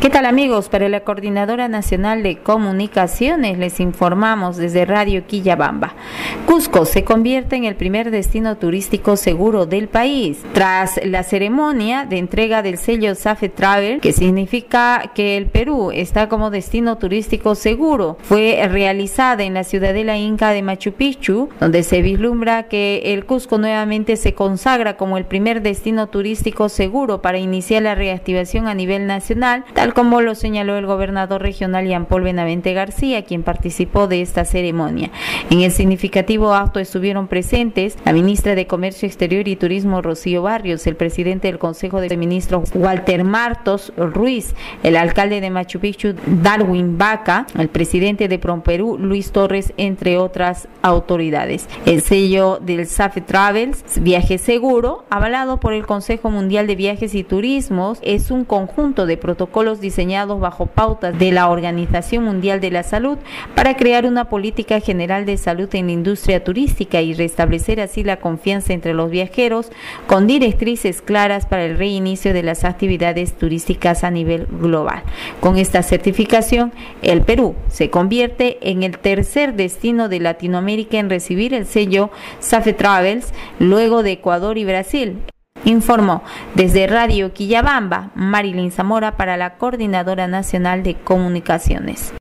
¿Qué tal, amigos? Para la Coordinadora Nacional de Comunicaciones les informamos desde Radio Quillabamba. Cusco se convierte en el primer destino turístico seguro del país. Tras la ceremonia de entrega del sello Safe Travel, que significa que el Perú está como destino turístico seguro, fue realizada en la ciudadela inca de Machu Picchu, donde se vislumbra que el Cusco nuevamente se consagra como el primer destino turístico seguro para iniciar la reactivación a nivel nacional, tal como lo señaló el gobernador regional Jean Paul Benavente García, quien participó de esta ceremonia. En el significativo acto estuvieron presentes la ministra de Comercio Exterior y Turismo Rocío Barrios, el presidente del Consejo de Ministros Walter Martos Ruiz, el alcalde de Machu Picchu Darwin Baca, el presidente de PROMPERÚ Luis Torres, entre otras autoridades. El sello del Safe Travels, Viaje Seguro, avalado por el Consejo Mundial de Viajes y Turismos, es un conjunto de protocolos diseñados bajo pautas de la Organización Mundial de la Salud para crear una política general de salud en la industria turística y restablecer así la confianza entre los viajeros, con directrices claras para el reinicio de las actividades turísticas a nivel global. Con esta certificación, el Perú se convierte en el tercer destino de Latinoamérica en recibir el sello Safe Travels, luego de Ecuador y Brasil. Informó desde Radio Quillabamba Marilyn Zamora para la Coordinadora Nacional de Comunicaciones.